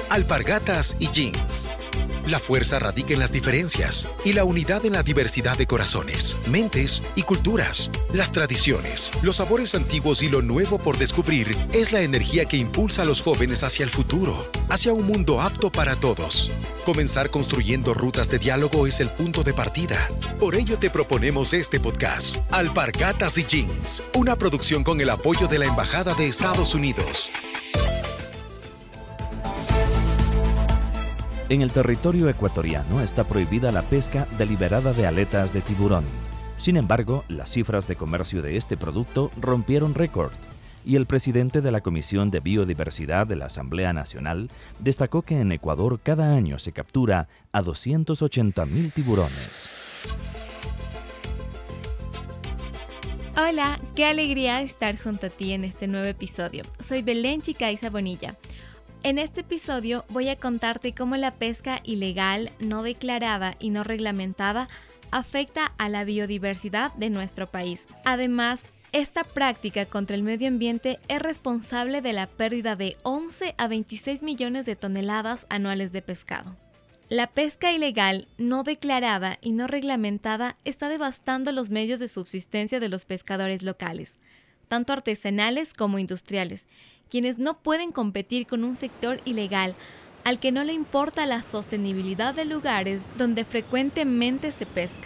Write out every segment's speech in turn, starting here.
alpargatas y jeans. La fuerza radica en las diferencias y la unidad en la diversidad de corazones, mentes y culturas. Las tradiciones, los sabores antiguos y lo nuevo por descubrir es la energía que impulsa a los jóvenes hacia el futuro, hacia un mundo apto para todos. Comenzar construyendo rutas de diálogo es el punto de partida. Por ello te proponemos este podcast, Alpargatas y Jeans, una producción con el apoyo de la Embajada de Estados Unidos. En el territorio ecuatoriano está prohibida la pesca deliberada de aletas de tiburón. Sin embargo, las cifras de comercio de este producto rompieron récord, y el presidente de la Comisión de Biodiversidad de la Asamblea Nacional destacó que en Ecuador cada año se captura a 280.000 tiburones. Hola, qué alegría estar junto a ti en este nuevo episodio. Soy Belén Chicaiza Bonilla. En este episodio voy a contarte cómo la pesca ilegal, no declarada y no reglamentada afecta a la biodiversidad de nuestro país. Además, esta práctica contra el medio ambiente es responsable de la pérdida de 11 a 26 millones de toneladas anuales de pescado. La pesca ilegal, no declarada y no reglamentada está devastando los medios de subsistencia de los pescadores locales, tanto artesanales como industriales, quienes no pueden competir con un sector ilegal al que no le importa la sostenibilidad de lugares donde frecuentemente se pesca.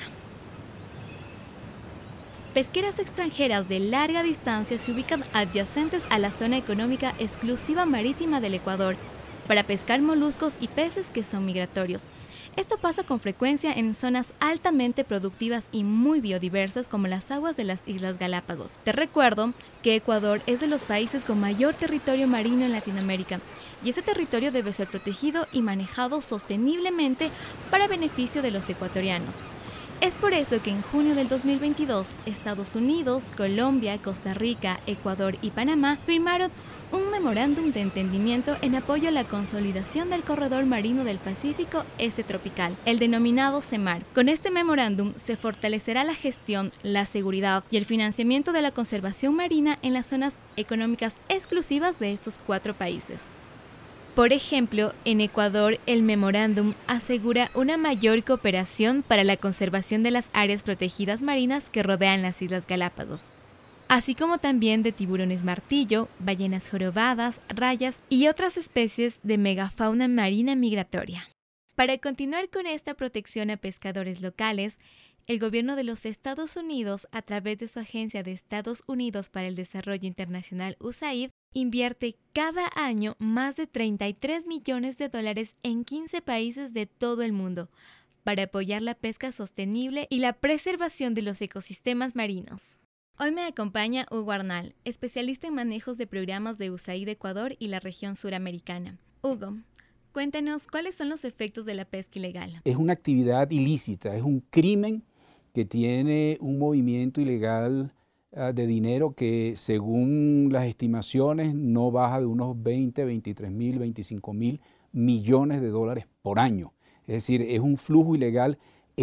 Pesqueras extranjeras de larga distancia se ubican adyacentes a la zona económica exclusiva marítima del Ecuador para pescar moluscos y peces que son migratorios. Esto pasa con frecuencia en zonas altamente productivas y muy biodiversas como las aguas de las Islas Galápagos. Te recuerdo que Ecuador es de los países con mayor territorio marino en Latinoamérica y ese territorio debe ser protegido y manejado sosteniblemente para beneficio de los ecuatorianos. Es por eso que en junio del 2022, Estados Unidos, Colombia, Costa Rica, Ecuador y Panamá firmaron un memorándum de entendimiento en apoyo a la consolidación del corredor marino del Pacífico Este Tropical, el denominado CEMAR. Con este memorándum se fortalecerá la gestión, la seguridad y el financiamiento de la conservación marina en las zonas económicas exclusivas de estos 4 países. Por ejemplo, en Ecuador, el memorándum asegura una mayor cooperación para la conservación de las áreas protegidas marinas que rodean las Islas Galápagos, así como también de tiburones martillo, ballenas jorobadas, rayas y otras especies de megafauna marina migratoria. Para continuar con esta protección a pescadores locales, el gobierno de los Estados Unidos, a través de su Agencia de Estados Unidos para el Desarrollo Internacional USAID, invierte cada año más de $33 millones en 15 países de todo el mundo para apoyar la pesca sostenible y la preservación de los ecosistemas marinos. Hoy me acompaña Hugo Arnal, especialista en manejos de programas de USAID Ecuador y la región suramericana. Hugo, cuéntanos cuáles son los efectos de la pesca ilegal. Es una actividad ilícita, es un crimen que tiene un movimiento ilegal de dinero que, según las estimaciones, no baja de unos 20, 23 mil, 25 mil millones de dólares por año. Es decir, es un flujo ilegal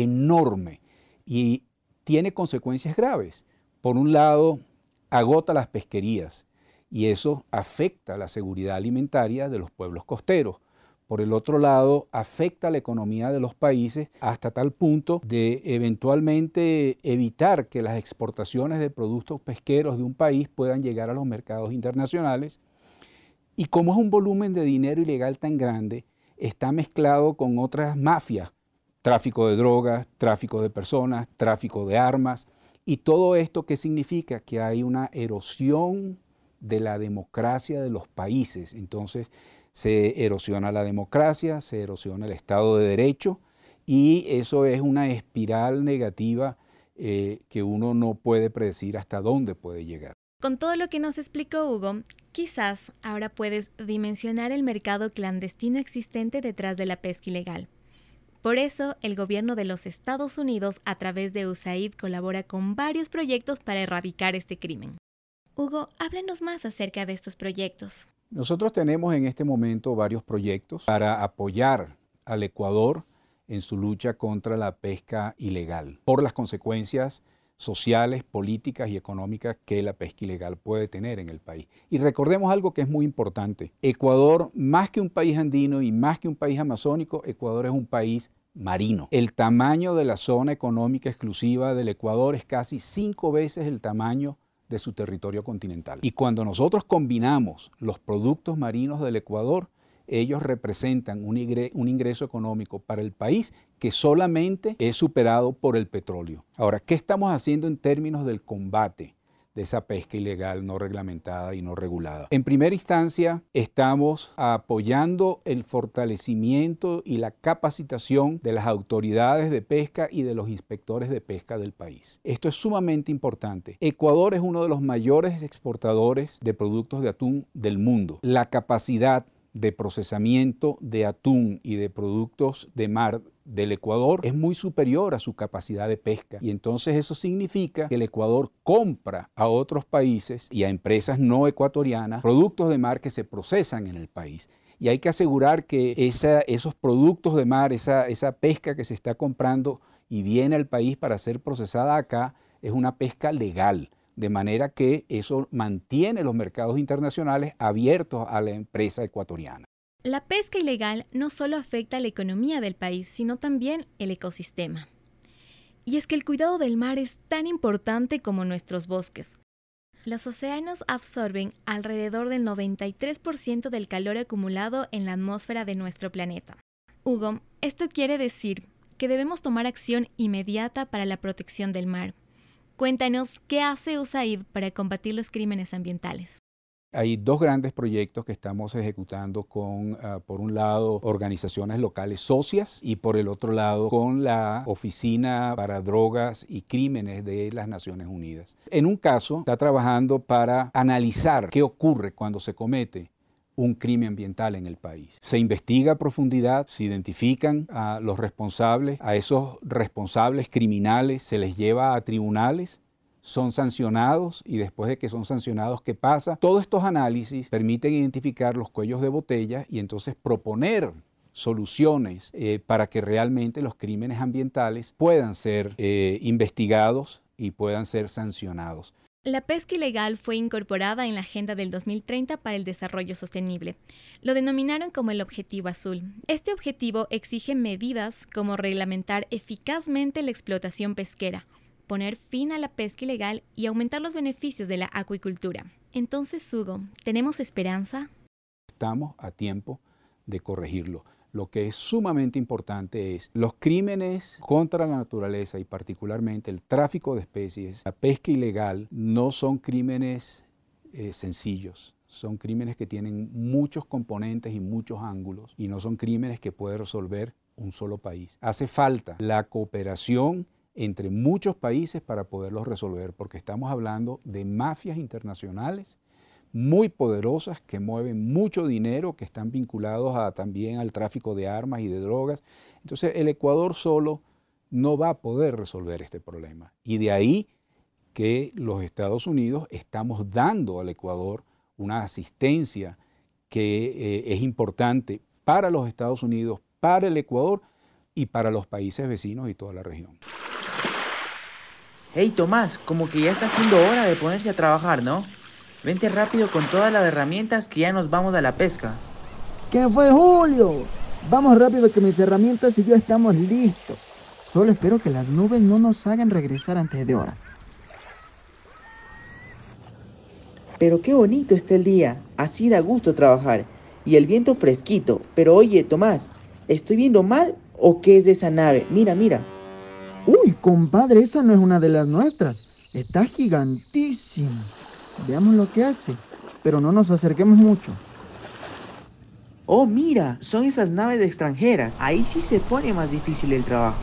enorme y tiene consecuencias graves. Por un lado, agota las pesquerías y eso afecta la seguridad alimentaria de los pueblos costeros. Por el otro lado, afecta la economía de los países hasta tal punto de eventualmente evitar que las exportaciones de productos pesqueros de un país puedan llegar a los mercados internacionales. Y como es un volumen de dinero ilegal tan grande, está mezclado con otras mafias, tráfico de drogas, tráfico de personas, tráfico de armas. Y todo esto, ¿qué significa? Que hay una erosión de la democracia de los países. Entonces, se erosiona la democracia, se erosiona el Estado de Derecho y eso es una espiral negativa que uno no puede predecir hasta dónde puede llegar. Con todo lo que nos explicó Hugo, quizás ahora puedes dimensionar el mercado clandestino existente detrás de la pesca ilegal. Por eso, el gobierno de los Estados Unidos, a través de USAID, colabora con varios proyectos para erradicar este crimen. Hugo, háblanos más acerca de estos proyectos. Nosotros tenemos en este momento varios proyectos para apoyar al Ecuador en su lucha contra la pesca ilegal, por las consecuencias sociales, políticas y económicas que la pesca ilegal puede tener en el país. Y recordemos algo que es muy importante. Ecuador, más que un país andino y más que un país amazónico, Ecuador es un país marino. El tamaño de la zona económica exclusiva del Ecuador es casi 5 veces el tamaño de su territorio continental. Y cuando nosotros combinamos los productos marinos del Ecuador, ellos representan un ingreso económico para el país que solamente es superado por el petróleo. Ahora, ¿qué estamos haciendo en términos del combate de esa pesca ilegal no reglamentada y no regulada? En primera instancia, estamos apoyando el fortalecimiento y la capacitación de las autoridades de pesca y de los inspectores de pesca del país. Esto es sumamente importante. Ecuador es uno de los mayores exportadores de productos de atún del mundo. La capacidad de procesamiento de atún y de productos de mar del Ecuador es muy superior a su capacidad de pesca, y entonces eso significa que el Ecuador compra a otros países y a empresas no ecuatorianas productos de mar que se procesan en el país. Y hay que asegurar que esos productos de mar, esa pesca que se está comprando y viene al país para ser procesada acá, es una pesca legal. De manera que eso mantiene los mercados internacionales abiertos a la empresa ecuatoriana. La pesca ilegal no solo afecta a la economía del país, sino también el ecosistema. Y es que el cuidado del mar es tan importante como nuestros bosques. Los océanos absorben alrededor del 93% del calor acumulado en la atmósfera de nuestro planeta. Hugo, esto quiere decir que debemos tomar acción inmediata para la protección del mar. Cuéntanos, ¿qué hace USAID para combatir los crímenes ambientales? Hay 2 grandes proyectos que estamos ejecutando con, por un lado, organizaciones locales socias y por el otro lado, con la Oficina para Drogas y Crímenes de las Naciones Unidas. En un caso, está trabajando para analizar qué ocurre cuando se comete un crimen ambiental en el país. Se investiga a profundidad, se identifican a los responsables, a esos responsables criminales se les lleva a tribunales, son sancionados y después de que son sancionados, ¿qué pasa? Todos estos análisis permiten identificar los cuellos de botella y entonces proponer soluciones para que realmente los crímenes ambientales puedan ser investigados y puedan ser sancionados. La pesca ilegal fue incorporada en la Agenda del 2030 para el Desarrollo Sostenible. Lo denominaron como el Objetivo Azul. Este objetivo exige medidas como reglamentar eficazmente la explotación pesquera, poner fin a la pesca ilegal y aumentar los beneficios de la acuicultura. Entonces, Hugo, ¿tenemos esperanza? Estamos a tiempo de corregirlo. Lo que es sumamente importante es los crímenes contra la naturaleza y particularmente el tráfico de especies, la pesca ilegal, no son crímenes sencillos. Son crímenes que tienen muchos componentes y muchos ángulos y no son crímenes que puede resolver un solo país. Hace falta la cooperación entre muchos países para poderlos resolver, porque estamos hablando de mafias internacionales muy poderosas que mueven mucho dinero, que están vinculados también al tráfico de armas y de drogas. Entonces el Ecuador solo no va a poder resolver este problema. Y de ahí que los Estados Unidos estamos dando al Ecuador una asistencia que es importante para los Estados Unidos, para el Ecuador y para los países vecinos y toda la región. Hey Tomás, como que ya está siendo hora de ponerse a trabajar, ¿no? Vente rápido con todas las herramientas que ya nos vamos a la pesca. ¿Qué fue, Julio? Vamos rápido que mis herramientas y yo estamos listos. Solo espero que las nubes no nos hagan regresar antes de hora. Pero qué bonito está el día, así da gusto trabajar. Y el viento fresquito. Pero oye, Tomás, ¿estoy viendo mal o qué es de esa nave? Mira, mira. Uy, compadre, esa no es una de las nuestras. Está gigantísima. Veamos lo que hace, pero no nos acerquemos mucho. Oh, mira, son esas naves extranjeras. Ahí sí se pone más difícil el trabajo.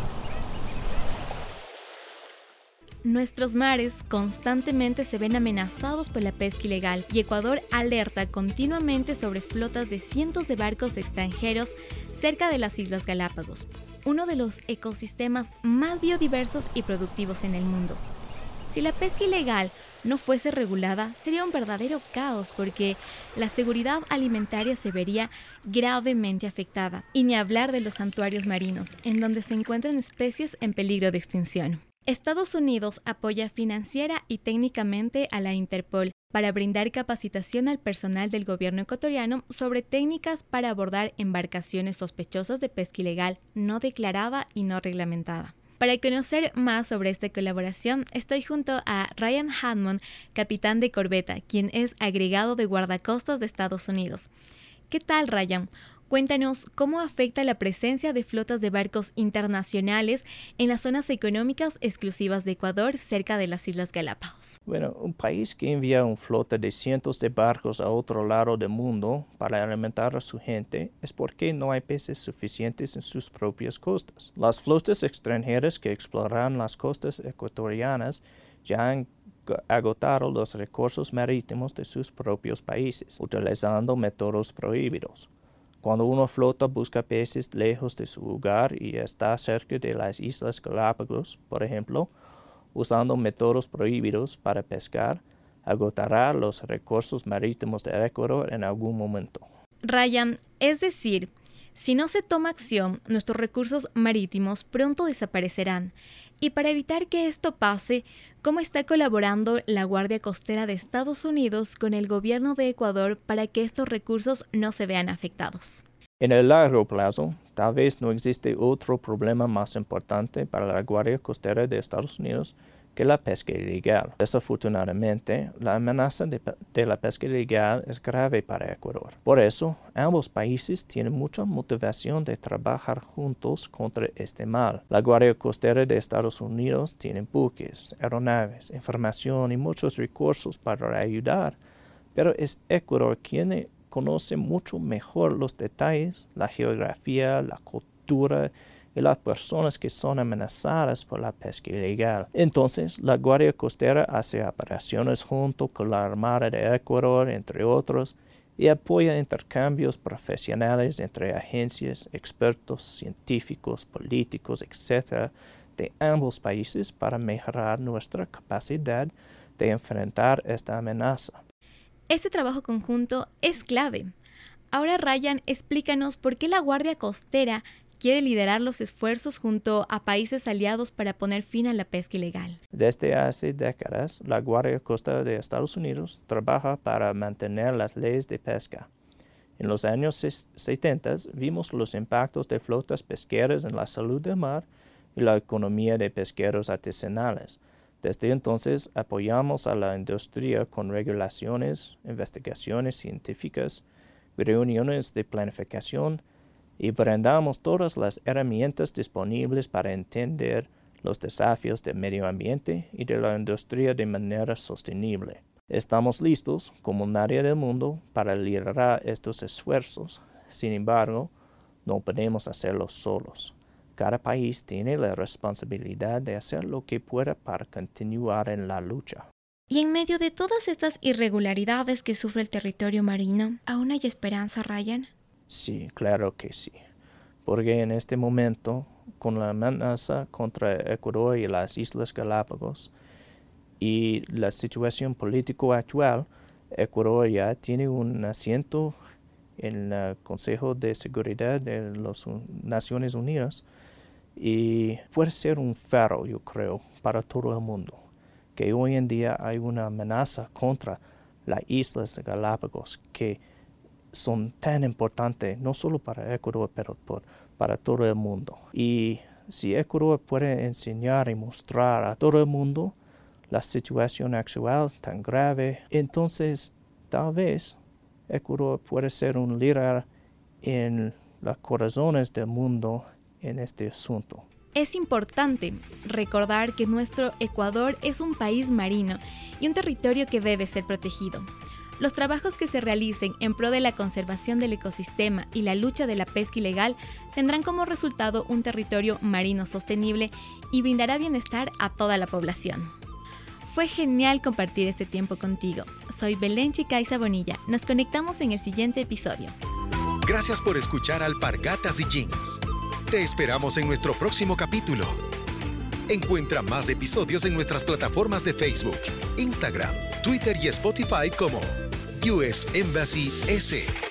Nuestros mares constantemente se ven amenazados por la pesca ilegal y Ecuador alerta continuamente sobre flotas de cientos de barcos extranjeros cerca de las Islas Galápagos, uno de los ecosistemas más biodiversos y productivos en el mundo. Si la pesca ilegal no fuese regulada, sería un verdadero caos porque la seguridad alimentaria se vería gravemente afectada, y ni hablar de los santuarios marinos, en donde se encuentran especies en peligro de extinción. Estados Unidos apoya financiera y técnicamente a la Interpol para brindar capacitación al personal del gobierno ecuatoriano sobre técnicas para abordar embarcaciones sospechosas de pesca ilegal, no declarada y no reglamentada. Para conocer más sobre esta colaboración, estoy junto a Ryan Hammond, capitán de corbeta, quien es agregado de guardacostas de Estados Unidos. ¿Qué tal, Ryan? Cuéntanos cómo afecta la presencia de flotas de barcos internacionales en las zonas económicas exclusivas de Ecuador cerca de las Islas Galápagos. Bueno, un país que envía una flota de cientos de barcos a otro lado del mundo para alimentar a su gente es porque no hay peces suficientes en sus propias costas. Las flotas extranjeras que exploran las costas ecuatorianas ya han agotado los recursos marítimos de sus propios países, utilizando métodos prohibidos. Cuando una flota busca peces lejos de su hogar y está cerca de las Islas Galápagos, por ejemplo, usando métodos prohibidos para pescar, agotará los recursos marítimos de Ecuador en algún momento. Ryan, es decir, si no se toma acción, nuestros recursos marítimos pronto desaparecerán. Y para evitar que esto pase, ¿cómo está colaborando la Guardia Costera de Estados Unidos con el gobierno de Ecuador para que estos recursos no se vean afectados? En el largo plazo, tal vez no existe otro problema más importante para la Guardia Costera de Estados Unidos que la pesca ilegal. Desafortunadamente, la amenaza de la pesca ilegal es grave para Ecuador. Por eso, ambos países tienen mucha motivación de trabajar juntos contra este mal. La Guardia Costera de Estados Unidos tiene buques, aeronaves, información y muchos recursos para ayudar, pero es Ecuador quien conoce mucho mejor los detalles, la geografía, la cultura y las personas que son amenazadas por la pesca ilegal. Entonces, la Guardia Costera hace operaciones junto con la Armada de Ecuador, entre otros, y apoya intercambios profesionales entre agencias, expertos, científicos, políticos, etc., de ambos países para mejorar nuestra capacidad de enfrentar esta amenaza. Este trabajo conjunto es clave. Ahora, Ryan, explícanos por qué la Guardia Costera quiere liderar los esfuerzos junto a países aliados para poner fin a la pesca ilegal. Desde hace décadas, la Guardia Costera de Estados Unidos trabaja para mantener las leyes de pesca. En los años 70 vimos los impactos de flotas pesqueras en la salud del mar y la economía de pesqueros artesanales. Desde entonces apoyamos a la industria con regulaciones, investigaciones científicas, reuniones de planificación, y brindamos todas las herramientas disponibles para entender los desafíos del medio ambiente y de la industria de manera sostenible. Estamos listos, como nadie del mundo, para liderar estos esfuerzos. Sin embargo, no podemos hacerlo solos. Cada país tiene la responsabilidad de hacer lo que pueda para continuar en la lucha. Y en medio de todas estas irregularidades que sufre el territorio marino, ¿aún hay esperanza, Ryan? Sí, claro que sí, porque en este momento, con la amenaza contra Ecuador y las Islas Galápagos y la situación política actual, Ecuador ya tiene un asiento en el Consejo de Seguridad de las Naciones Unidas y puede ser un faro, yo creo, para todo el mundo, que hoy en día hay una amenaza contra las Islas Galápagos que son tan importantes, no solo para Ecuador, pero para todo el mundo. Y si Ecuador puede enseñar y mostrar a todo el mundo la situación actual tan grave, entonces tal vez Ecuador puede ser un líder en los corazones del mundo en este asunto. Es importante recordar que nuestro Ecuador es un país marino y un territorio que debe ser protegido. Los trabajos que se realicen en pro de la conservación del ecosistema y la lucha de la pesca ilegal tendrán como resultado un territorio marino sostenible y brindará bienestar a toda la población. Fue genial compartir este tiempo contigo. Soy Belén Chicaiza Bonilla. Nos conectamos en el siguiente episodio. Gracias por escuchar Alpargatas y Jeans. Te esperamos en nuestro próximo capítulo. Encuentra más episodios en nuestras plataformas de Facebook, Instagram, Twitter y Spotify como US Embassy S.